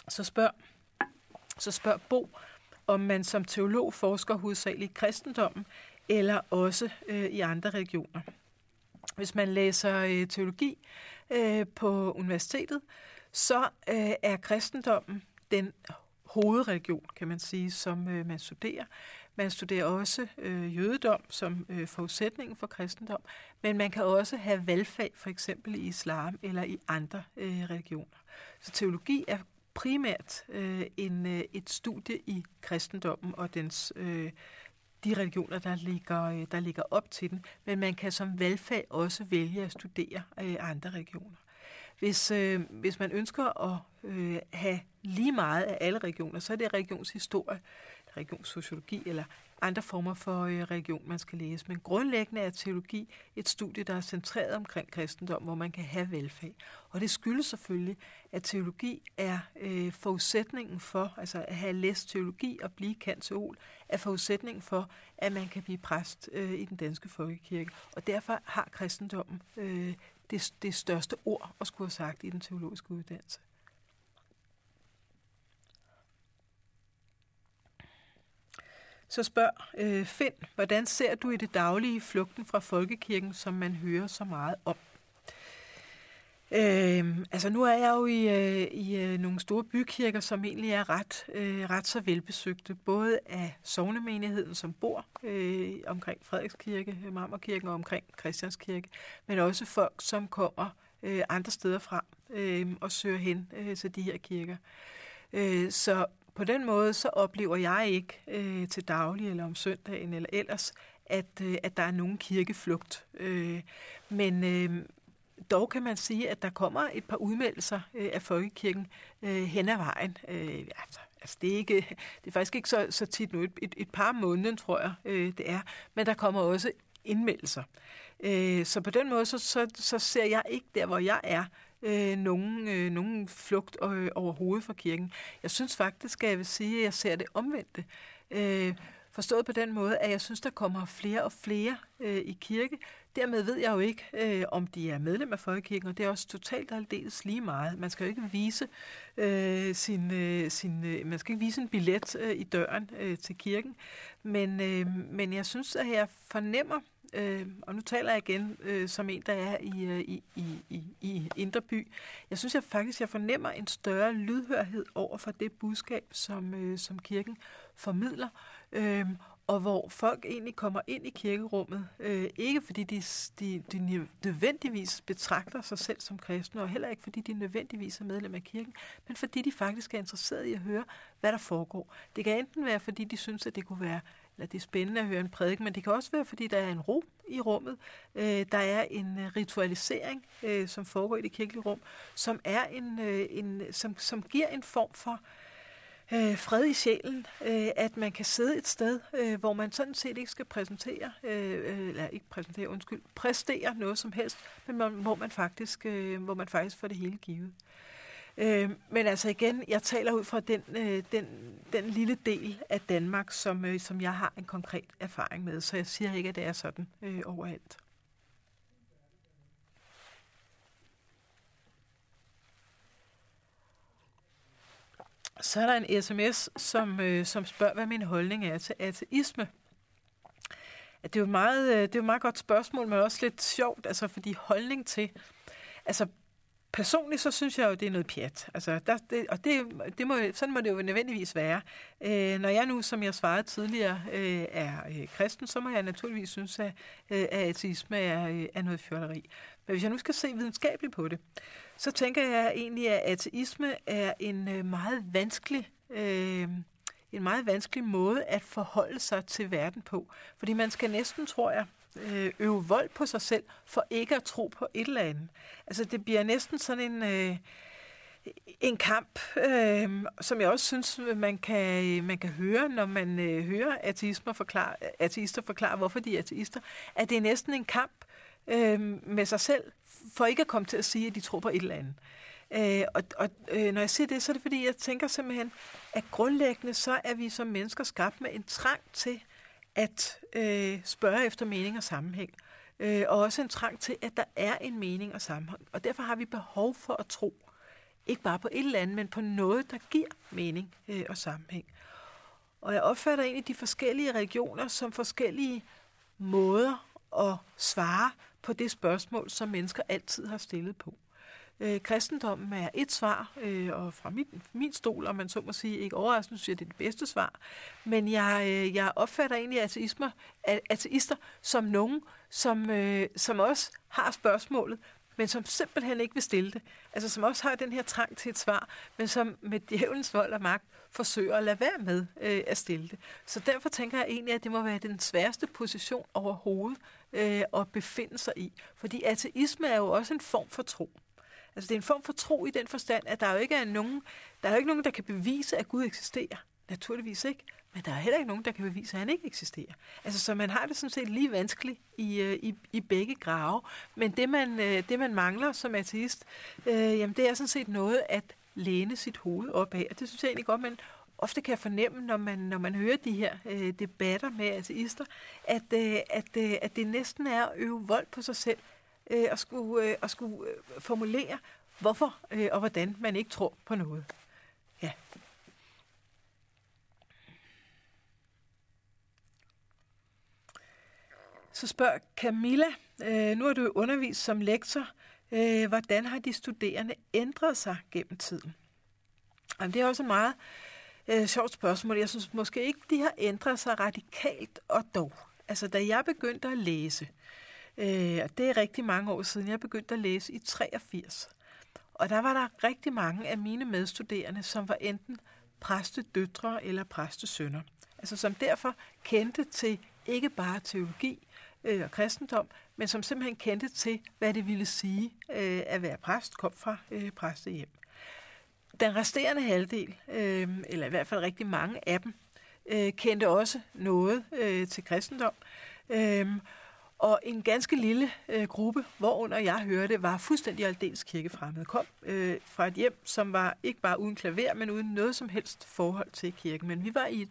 Så spørg, så spørg Bo, om man som teolog forsker hovedsageligt i kristendommen, eller også øh, i andre religioner. Hvis man læser øh, teologi øh, på universitetet, så øh, er kristendommen den hovedreligion, kan man sige, som øh, man studerer. Man studerer også øh, jødedom som øh, forudsætningen for kristendom, men man kan også have valgfag, for eksempel i islam eller i andre øh, religioner. Så teologi er primært øh, en, øh, et studie i kristendommen og dens, øh, de religioner, der ligger, øh, der ligger op til den, men man kan som valgfag også vælge at studere øh, andre religioner. Hvis, øh, hvis man ønsker at øh, have lige meget af alle religioner, så er det religionshistorie, religionssociologi eller andre former for øh, religion, man skal læse. Men grundlæggende er teologi et studie, der er centreret omkring kristendom, hvor man kan have valgfag. Og det skyldes selvfølgelig, at teologi er øh, forudsætningen for, altså at have læst teologi og blive kanteol, er forudsætningen for, at man kan blive præst øh, i den danske folkekirke. Og derfor har kristendommen øh, det, det største ord at skulle have sagt i den teologiske uddannelse. Så spørg øh, Finn, hvordan ser du i det daglige flugten fra folkekirken, som man hører så meget om? Øh, altså nu er jeg jo i, øh, i øh, nogle store bykirker, som egentlig er ret, øh, ret så velbesøgte, både af sognemenigheden, som bor øh, omkring Frederikskirke, Marmorkirken og omkring Christianskirke, men også folk, som kommer øh, andre steder fra øh, og søger hen øh, til de her kirker. Øh, så på den måde så oplever jeg ikke øh, til daglig eller om søndagen eller ellers, at, øh, at der er nogen kirkeflugt. Øh, men øh, dog kan man sige, at der kommer et par udmeldelser øh, af folkekirken øh, hen ad vejen. Øh, altså, altså det, er ikke, det er faktisk ikke så, så tit nu. Et, et, et par måneder, tror jeg, øh, det er. Men der kommer også indmeldelser. Øh, så på den måde, så, så, så ser jeg ikke der, hvor jeg er, Øh, nogen, øh, nogen flugt øh, overhovedet fra kirken. Jeg synes faktisk, at jeg vil sige, at jeg ser det omvendte. Øh, forstået på den måde, at jeg synes, der kommer flere og flere øh, i kirke. Dermed ved jeg jo ikke, øh, om de er medlem af folkekirken, og det er også totalt og aldeles lige meget. Man skal jo ikke vise øh, sin, øh, sin, øh, man skal ikke vise en billet øh, i døren øh, til kirken. Men, øh, men jeg synes, at jeg fornemmer, Øh, og nu taler jeg igen øh, som en, der er i, øh, i, i, i Indre By. Jeg synes jeg faktisk, jeg fornemmer en større lydhørhed over for det budskab, som, øh, som kirken formidler, øh, og hvor folk egentlig kommer ind i kirkerummet, øh, ikke fordi de, de, de nødvendigvis betragter sig selv som kristne, og heller ikke fordi de nødvendigvis er medlem af kirken, men fordi de faktisk er interesserede i at høre, hvad der foregår. Det kan enten være, fordi de synes, at det kunne være eller det er spændende at høre en prædiken, men det kan også være, fordi der er en ro i rummet. Øh, der er en ritualisering, øh, som foregår i det kirkelige rum, som er en, øh, en som, som giver en form for øh, fred i sjælen, øh, at man kan sidde et sted, øh, hvor man sådan set ikke skal præsentere, øh, eller ikke præsentere, undskyld, præstere noget som helst, men man, hvor man faktisk, øh, hvor man faktisk får det hele givet. Øh, men altså igen, jeg taler ud fra den, øh, den, den lille del af Danmark, som, øh, som jeg har en konkret erfaring med, så jeg siger ikke, at det er sådan øh, overalt. Så er der en sms, som, øh, som spørger, hvad min holdning er til ateisme. Det er jo et meget, det er jo et meget godt spørgsmål, men også lidt sjovt, altså fordi holdning til, altså personligt så synes jeg jo, det er noget pjat. Altså, der, det, og det, det må, sådan må det jo nødvendigvis være. Øh, når jeg nu, som jeg svarede tidligere, øh, er øh, kristen, så må jeg naturligvis synes, at, øh, at ateisme er, øh, er noget fjolleri. Men hvis jeg nu skal se videnskabeligt på det, så tænker jeg egentlig, at ateisme er en øh, meget vanskelig øh, en meget vanskelig måde at forholde sig til verden på. Fordi man skal næsten, tror jeg, øve vold på sig selv, for ikke at tro på et eller andet. Altså, det bliver næsten sådan en, øh, en kamp, øh, som jeg også synes, man kan, man kan høre, når man øh, hører ateister forklare, ateister forklare, hvorfor de er ateister, at det er næsten en kamp øh, med sig selv, for ikke at komme til at sige, at de tror på et eller andet. Øh, og og øh, når jeg siger det, så er det fordi, jeg tænker simpelthen, at grundlæggende så er vi som mennesker skabt med en trang til at øh, spørge efter mening og sammenhæng. Øh, og også en trang til, at der er en mening og sammenhæng. Og derfor har vi behov for at tro. ikke bare på et eller andet, men på noget, der giver mening øh, og sammenhæng. Og jeg opfatter egentlig de forskellige religioner som forskellige måder at svare på det spørgsmål, som mennesker altid har stillet på. Øh, kristendommen er et svar, øh, og fra min, min stol, om man så må sige, ikke overraskende, synes jeg, det er det bedste svar. Men jeg, øh, jeg opfatter egentlig ateismer, ateister som nogen, som, øh, som også har spørgsmålet, men som simpelthen ikke vil stille det. Altså som også har den her trang til et svar, men som med djævelens vold og magt forsøger at lade være med øh, at stille det. Så derfor tænker jeg egentlig, at det må være den sværeste position overhovedet øh, at befinde sig i. Fordi ateisme er jo også en form for tro. Altså det er en form for tro i den forstand, at der jo ikke er nogen, der er jo ikke nogen, der kan bevise, at Gud eksisterer. Naturligvis ikke. Men der er heller ikke nogen, der kan bevise, at han ikke eksisterer. Altså, så man har det sådan set lige vanskeligt i, i, i begge grave. Men det man, det, man mangler som ateist, øh, jamen, det er sådan set noget at læne sit hoved op af. Og det synes jeg egentlig godt, man ofte kan fornemme, når man, når man hører de her øh, debatter med ateister, at, øh, at, øh, at det næsten er at øve vold på sig selv, øh, og skulle, øh, og skulle øh, formulere, hvorfor øh, og hvordan man ikke tror på noget. Ja. Så spørger Camilla, øh, nu er du undervist som lektor, øh, hvordan har de studerende ændret sig gennem tiden? Jamen, det er også et meget øh, sjovt spørgsmål. Jeg synes måske ikke, de har ændret sig radikalt og dog. Altså, da jeg begyndte at læse, øh, og det er rigtig mange år siden, jeg begyndte at læse i treogfirs, og der var der rigtig mange af mine medstuderende, som var enten præstedøtre eller præstesønner. Altså, som derfor kendte til ikke bare teologi øh, og kristendom, men som simpelthen kendte til, hvad det ville sige øh, at være præst, kom fra øh, præstehjem. Den resterende halvdel, øh, eller i hvert fald rigtig mange af dem, øh, kendte også noget øh, til kristendom. Øh, og en ganske lille øh, gruppe, hvorunder jeg hørte, var fuldstændig aldeles kirkefremmede. Kom øh, fra et hjem, som var ikke bare uden klaver, men uden noget som helst forhold til kirken. Men vi var i et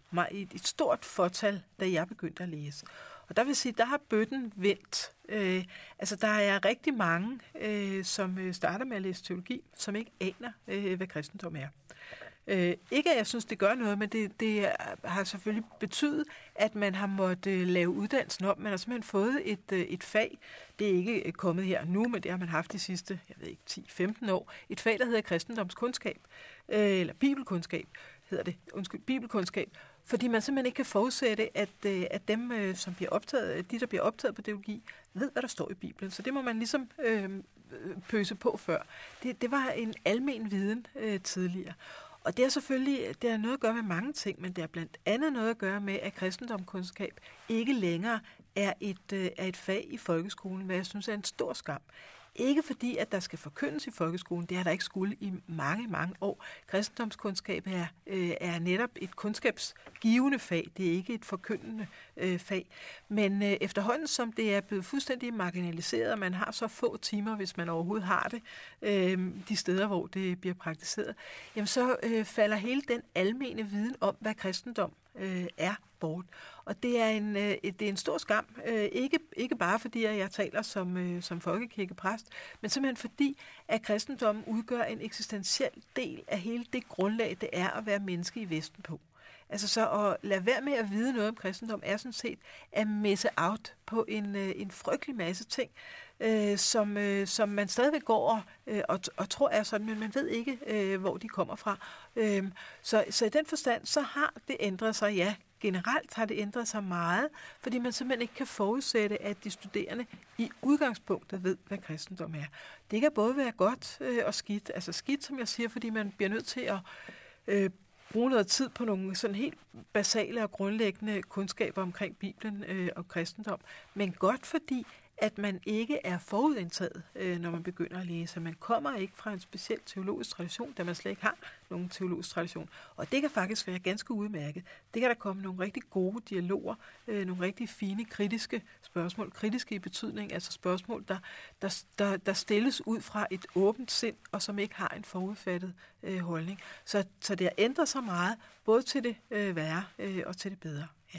i et stort fortal, da jeg begyndte at læse. Og der vil sige, der har bøtten vendt. Øh, altså, der er rigtig mange, øh, som starter med at læse teologi, som ikke aner, øh, hvad kristendom er. Øh, ikke at jeg synes, det gør noget, men det, det har selvfølgelig betydet, at man har måttet lave uddannelsen om. Man har simpelthen fået et, et fag. Det er ikke kommet her nu, men det har man haft de sidste, jeg ved ikke, ti til femten år. Et fag, der hedder kristendomskundskab, øh, eller bibelkundskab hedder det. Undskyld, bibelkundskab. Fordi man simpelthen ikke kan forudsætte, at, at dem, som bliver optaget, de, der bliver optaget på teologi, ved, hvad der står i Bibelen. Så det må man ligesom øh, pøse på før. Det, det var en almen viden øh, tidligere. Og det er selvfølgelig det har noget at gøre med mange ting, men det er blandt andet noget at gøre med, at kristendomskundskab ikke længere er et, øh, er et fag i folkeskolen, hvad jeg synes er en stor skam. Ikke fordi, at der skal forkyndes i folkeskolen, det har der ikke skulle i mange, mange år. Kristendomskundskab er, øh, er netop et kundskabsgivende fag, det er ikke et forkyndende øh, fag. Men øh, efterhånden, som det er blevet fuldstændig marginaliseret, og man har så få timer, hvis man overhovedet har det, øh, de steder, hvor det bliver praktiseret, jamen så øh, falder hele den almene viden om, hvad kristendom øh, er, bort. Og det er en, øh, det er en stor skam, øh, ikke, ikke bare fordi, at jeg taler som, øh, som folkekirkepræst, men simpelthen fordi, at kristendommen udgør en eksistentiel del af hele det grundlag, det er at være menneske i Vesten på. Altså så at lade være med at vide noget om kristendom, er sådan set at misse out på en, øh, en frygtelig masse ting, øh, som, øh, som man stadigvæk går og, øh, og, og tror er sådan, men man ved ikke, øh, hvor de kommer fra. Øh, så, så i den forstand, så har det ændret sig, ja. Generelt har det ændret sig meget, fordi man simpelthen ikke kan forudsætte, at de studerende i udgangspunktet ved, hvad kristendom er. Det kan både være godt øh, og skidt. Altså skidt, som jeg siger, fordi man bliver nødt til at øh, bruge noget tid på nogle sådan helt basale og grundlæggende kundskaber omkring Bibelen øh, og kristendom. Men godt fordi, at man ikke er forudindtaget, øh, når man begynder at læse. Man kommer ikke fra en speciel teologisk tradition, da man slet ikke har nogen teologisk tradition. Og det kan faktisk være ganske udmærket. Det kan der komme nogle rigtig gode dialoger, øh, nogle rigtig fine kritiske spørgsmål. Kritiske i betydning, altså spørgsmål, der, der, der, der stilles ud fra et åbent sind, og som ikke har en forudfattet øh, holdning. Så, så det har ændret sig meget, både til det øh, værre øh, og til det bedre. Ja.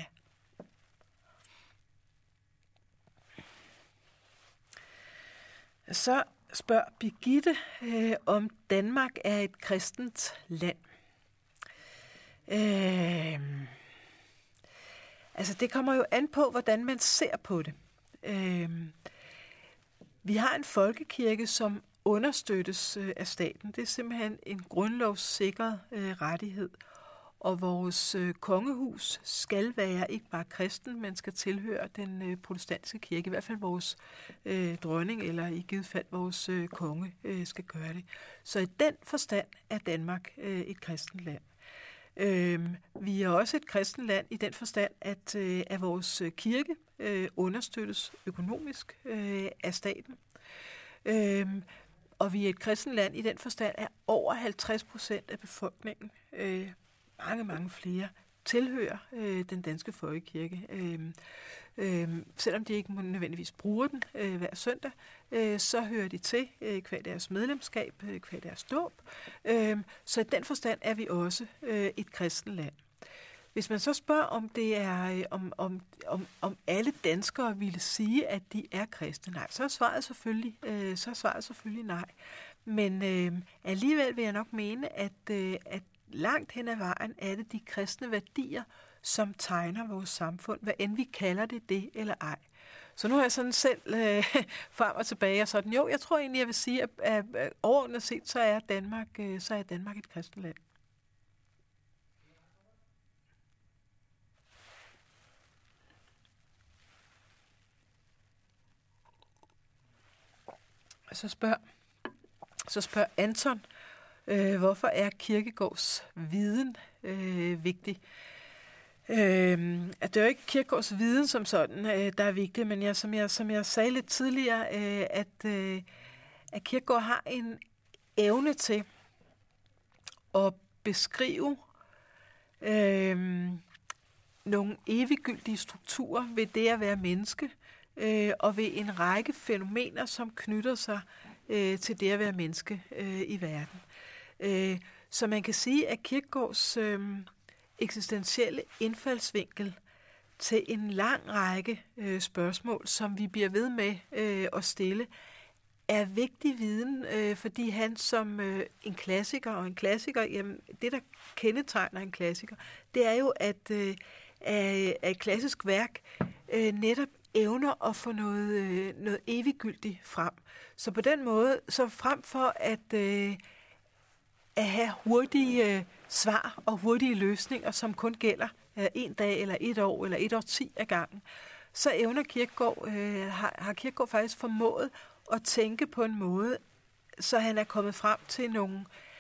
Så spørger Birgitte, øh, om Danmark er et kristent land. Øh, altså, det kommer jo an på, hvordan man ser på det. Øh, vi har en folkekirke, som understøttes øh, af staten. Det er simpelthen en grundlovssikret øh, rettighed. Og vores øh, kongehus skal være ikke bare kristen, men skal tilhøre den øh, protestantiske kirke. I hvert fald vores øh, dronning, eller i givet fald vores øh, konge, øh, skal gøre det. Så i den forstand er Danmark øh, et kristent land. Øh, vi er også et kristent land i den forstand, at, øh, at vores kirke øh, understøttes økonomisk øh, af staten. Øh, og vi er et kristent land i den forstand, at over halvtreds procent af befolkningen, øh, mange, mange flere, tilhører øh, den danske folkekirke. Øh, øh, selvom de ikke nødvendigvis bruger den øh, hver søndag, øh, så hører de til øh, hver deres medlemskab, øh, hver deres dåb. Øh, så i den forstand er vi også øh, et kristent land. Hvis man så spørger, om det er øh, om, om, om, om alle danskere ville sige, at de er kristne, nej, så er svaret selvfølgelig, øh, så er svaret selvfølgelig nej. Men øh, alligevel vil jeg nok mene, at, øh, at langt hen ad vejen er det de kristne værdier, som tegner vores samfund, hvad end vi kalder det det eller ej. Så nu har jeg sådan selv øh, frem og tilbage og sådan, jo, jeg tror egentlig, jeg vil sige, at, at, at overordnet set, så er Danmark, øh, så er Danmark et kristent land. Så spørger, så spørger Anton, øh, hvorfor er Kierkegaards viden øh, vigtig? Øh, at det er jo ikke Kierkegaards viden som sådan, øh, der er vigtig, men jeg, som, jeg, som jeg sagde lidt tidligere, øh, at, øh, at Kierkegaard har en evne til at beskrive øh, nogle eviggyldige strukturer ved det at være menneske, øh, og ved en række fænomener, som knytter sig øh, til det at være menneske øh, i verden. Øh, så man kan sige, at Kierkegaards øh, eksistentielle indfaldsvinkel til en lang række øh, spørgsmål, som vi bliver ved med øh, at stille, er vigtig viden, øh, fordi han som øh, en klassiker, og en klassiker, jamen, det der kendetegner en klassiker, det er jo, at, øh, at et klassisk værk øh, netop evner at få noget, øh, noget eviggyldigt frem. Så på den måde, så frem for at, øh, at have hurtige øh, svar og hurtige løsninger, som kun gælder øh, en dag, eller et år, eller et årti ad gangen, så evner Kierkegaard, øh, har, har Kierkegaard faktisk formået at tænke på en måde, så han er kommet frem til nogle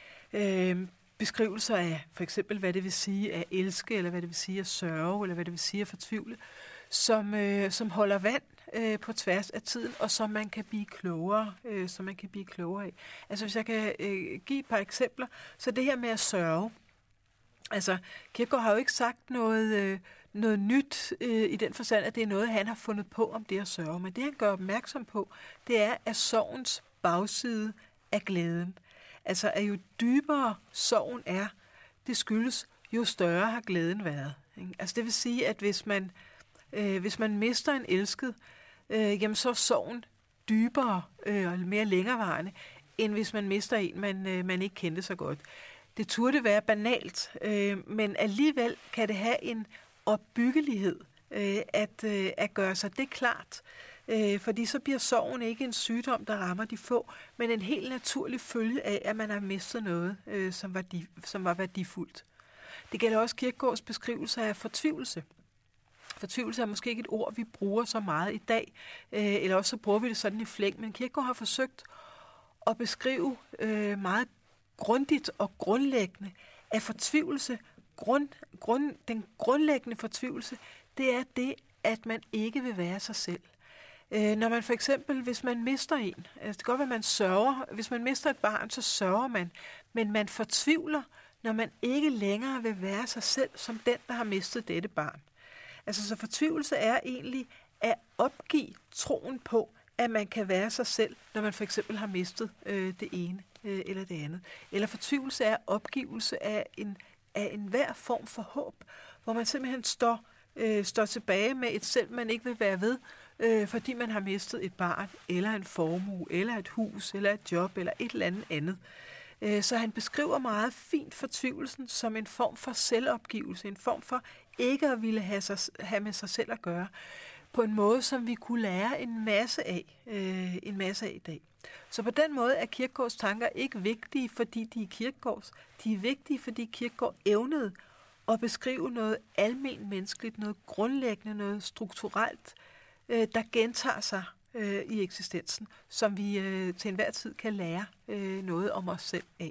øh, beskrivelser af, for eksempel, hvad det vil sige at elske, eller hvad det vil sige at sørge, eller hvad det vil sige at fortvivle, som, øh, som holder vand øh, på tværs af tiden, og som man kan blive klogere, øh, som man kan blive klogere af. Altså, hvis jeg kan øh, give et par eksempler, så det her med at sørge. Altså, Kierkegaard har jo ikke sagt noget, øh, noget nyt øh, i den forstand, at det er noget, han har fundet på om det at sørge. Men det, han gør opmærksom på, det er, at sorgens bagside er glæden. Altså, at jo dybere sorgen er, det skyldes, jo større har glæden været. Ikke? Altså, det vil sige, at hvis man, øh, hvis man mister en elsket, øh, jamen så er sorgen dybere øh, og mere længerevarende, end hvis man mister en, man, øh, man ikke kendte så godt. Det turde være banalt, øh, men alligevel kan det have en opbyggelighed øh, at, øh, at gøre sig det klart. Øh, fordi så bliver sorgen ikke en sygdom, der rammer de få, men en helt naturlig følge af, at man har mistet noget, øh, som, var di- som var værdifuldt. Det gælder også Kierkegaards beskrivelser af fortvivlelse. Fortvivlelse er måske ikke et ord, vi bruger så meget i dag, øh, eller også så bruger vi det sådan i flæng, men Kierkegaard har forsøgt at beskrive øh, meget grundigt og grundlæggende, at fortvivlelse, grund, grund, den grundlæggende fortvivlelse, det er det, at man ikke vil være sig selv. Øh, når man for eksempel, hvis man mister en, altså det kan godt være, at man sørger, hvis man mister et barn, så sørger man, men man fortvivler, når man ikke længere vil være sig selv, som den, der har mistet dette barn. Altså så fortvivlelse er egentlig at opgive troen på, at man kan være sig selv, når man for eksempel har mistet øh, det ene øh, eller det andet. Eller fortvivlelse er opgivelse af en, af enhver form for håb, hvor man simpelthen står, øh, står tilbage med et selv, man ikke vil være ved, øh, fordi man har mistet et barn, eller en formue, eller et hus, eller et job, eller et eller andet andet. Øh, så han beskriver meget fint fortvivlelsen som en form for selvopgivelse, en form for ikke at ville have, sig, have med sig selv at gøre, på en måde, som vi kunne lære en masse af, øh, en masse af i dag. Så på den måde er Kierkegaards tanker ikke vigtige, fordi de er Kierkegaards. De er vigtige, fordi Kierkegaard evnede at beskrive noget almen menneskeligt, noget grundlæggende, noget strukturelt, øh, der gentager sig øh, i eksistensen, som vi øh, til enhver tid kan lære øh, noget om os selv af.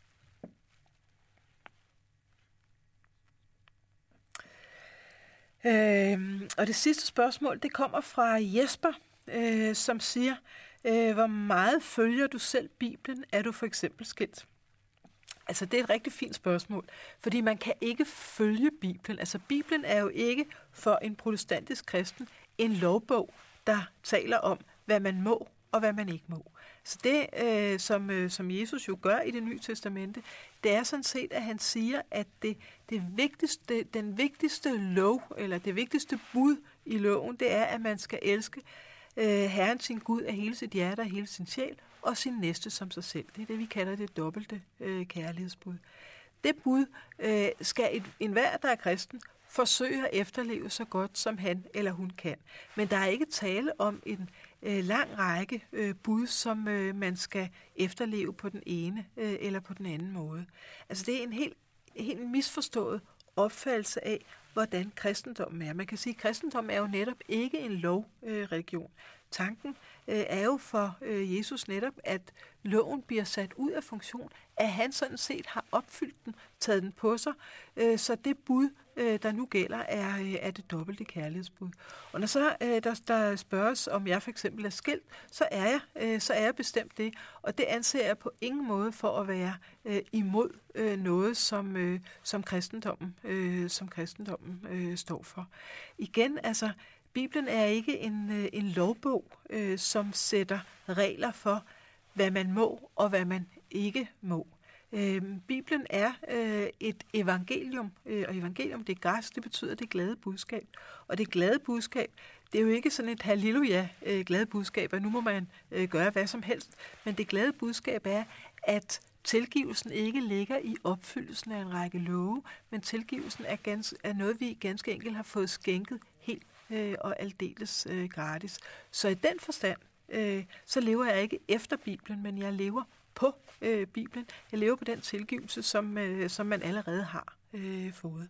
Øh, og det sidste spørgsmål, det kommer fra Jesper, øh, som siger, øh, hvor meget følger du selv Bibelen? Er du for eksempel skilt? Altså, det er et rigtig fint spørgsmål, fordi man kan ikke følge Bibelen. Altså, Bibelen er jo ikke for en protestantisk kristen en lovbog, der taler om, hvad man må og hvad man ikke må. Så det, øh, som, øh, som Jesus jo gør i Det Nye Testamente, det er sådan set, at han siger, at det, det vigtigste, den vigtigste lov, eller det vigtigste bud i loven, det er, at man skal elske øh, Herren sin Gud af hele sit hjerte og hele sin sjæl, og sin næste som sig selv. Det er det, vi kalder det dobbelte øh, kærlighedsbud. Det bud øh, skal et, enhver, der er kristen, forsøge at efterleve så godt, som han eller hun kan. Men der er ikke tale om en øh, lang række øh, bud, som øh, man skal efterleve på den ene øh, eller på den anden måde. Altså det er en helt, helt misforstået opfattelse af, hvordan kristendommen er. Man kan sige, at kristendommen er jo netop ikke en lovreligion. Øh, Tanken øh, er jo for øh, Jesus netop, at loven bliver sat ud af funktion, at han sådan set har opfyldt den, taget den på sig, øh, så det bud, øh, der nu gælder, er, øh, er det dobbelte kærlighedsbud. Og når så øh, der, der spørges, om jeg for eksempel er skilt, så er jeg, øh, så er jeg bestemt det, og det anser jeg på ingen måde for at være øh, imod øh, noget, som, øh, som kristendommen, øh, som kristendommen øh, står for. Igen, altså, Bibelen er ikke en, øh, en lovbog, øh, som sætter regler for, hvad man må og hvad man ikke må. Øh, Bibelen er øh, et evangelium, øh, og evangelium, det er græsk, det betyder det glade budskab. Og det glade budskab, det er jo ikke sådan et halleluja øh, glade budskab, at nu må man øh, gøre hvad som helst, men det glade budskab er, at tilgivelsen ikke ligger i opfyldelsen af en række love, men tilgivelsen er, gans, er noget, vi ganske enkelt har fået skænket helt øh, og aldeles øh, gratis. Så i den forstand, øh, så lever jeg ikke efter Bibelen, men jeg lever på øh, Bibelen. Jeg lever på den tilgivelse, som, øh, som man allerede har øh, fået.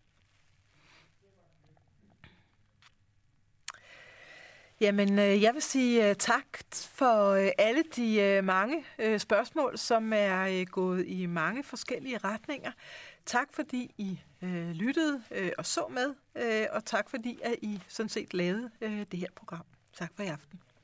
Jamen, øh, jeg vil sige uh, tak for uh, alle de uh, mange uh, spørgsmål, som er uh, gået i mange forskellige retninger. Tak fordi I uh, lyttede uh, og så med, uh, og tak fordi at I sådan set lavede uh, det her program. Tak for i aften.